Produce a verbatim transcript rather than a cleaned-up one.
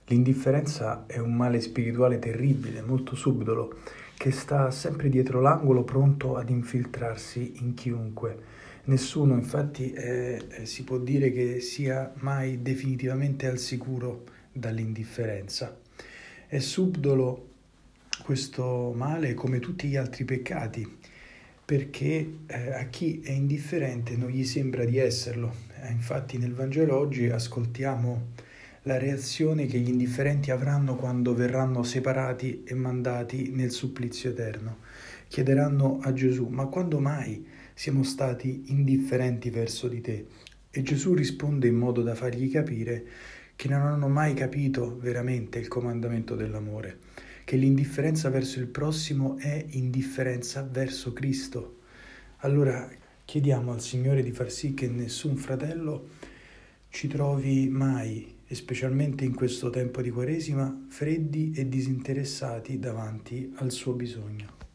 L'indifferenza è un male spirituale terribile, molto subdolo, che sta sempre dietro l'angolo pronto ad infiltrarsi in chiunque. Nessuno, infatti, è, si può dire che sia mai definitivamente al sicuro dall'indifferenza. È subdolo questo male come tutti gli altri peccati, perché eh, a chi è indifferente non gli sembra di esserlo. Eh, infatti nel Vangelo oggi ascoltiamo la reazione che gli indifferenti avranno quando verranno separati e mandati nel supplizio eterno. Chiederanno a Gesù: ma quando mai siamo stati indifferenti verso di te? E Gesù risponde in modo da fargli capire che non hanno mai capito veramente il comandamento dell'amore, che l'indifferenza verso il prossimo è indifferenza verso Cristo. Allora chiediamo al Signore di far sì che nessun fratello ci trovi mai, e specialmente in questo tempo di Quaresima, freddi e disinteressati davanti al suo bisogno.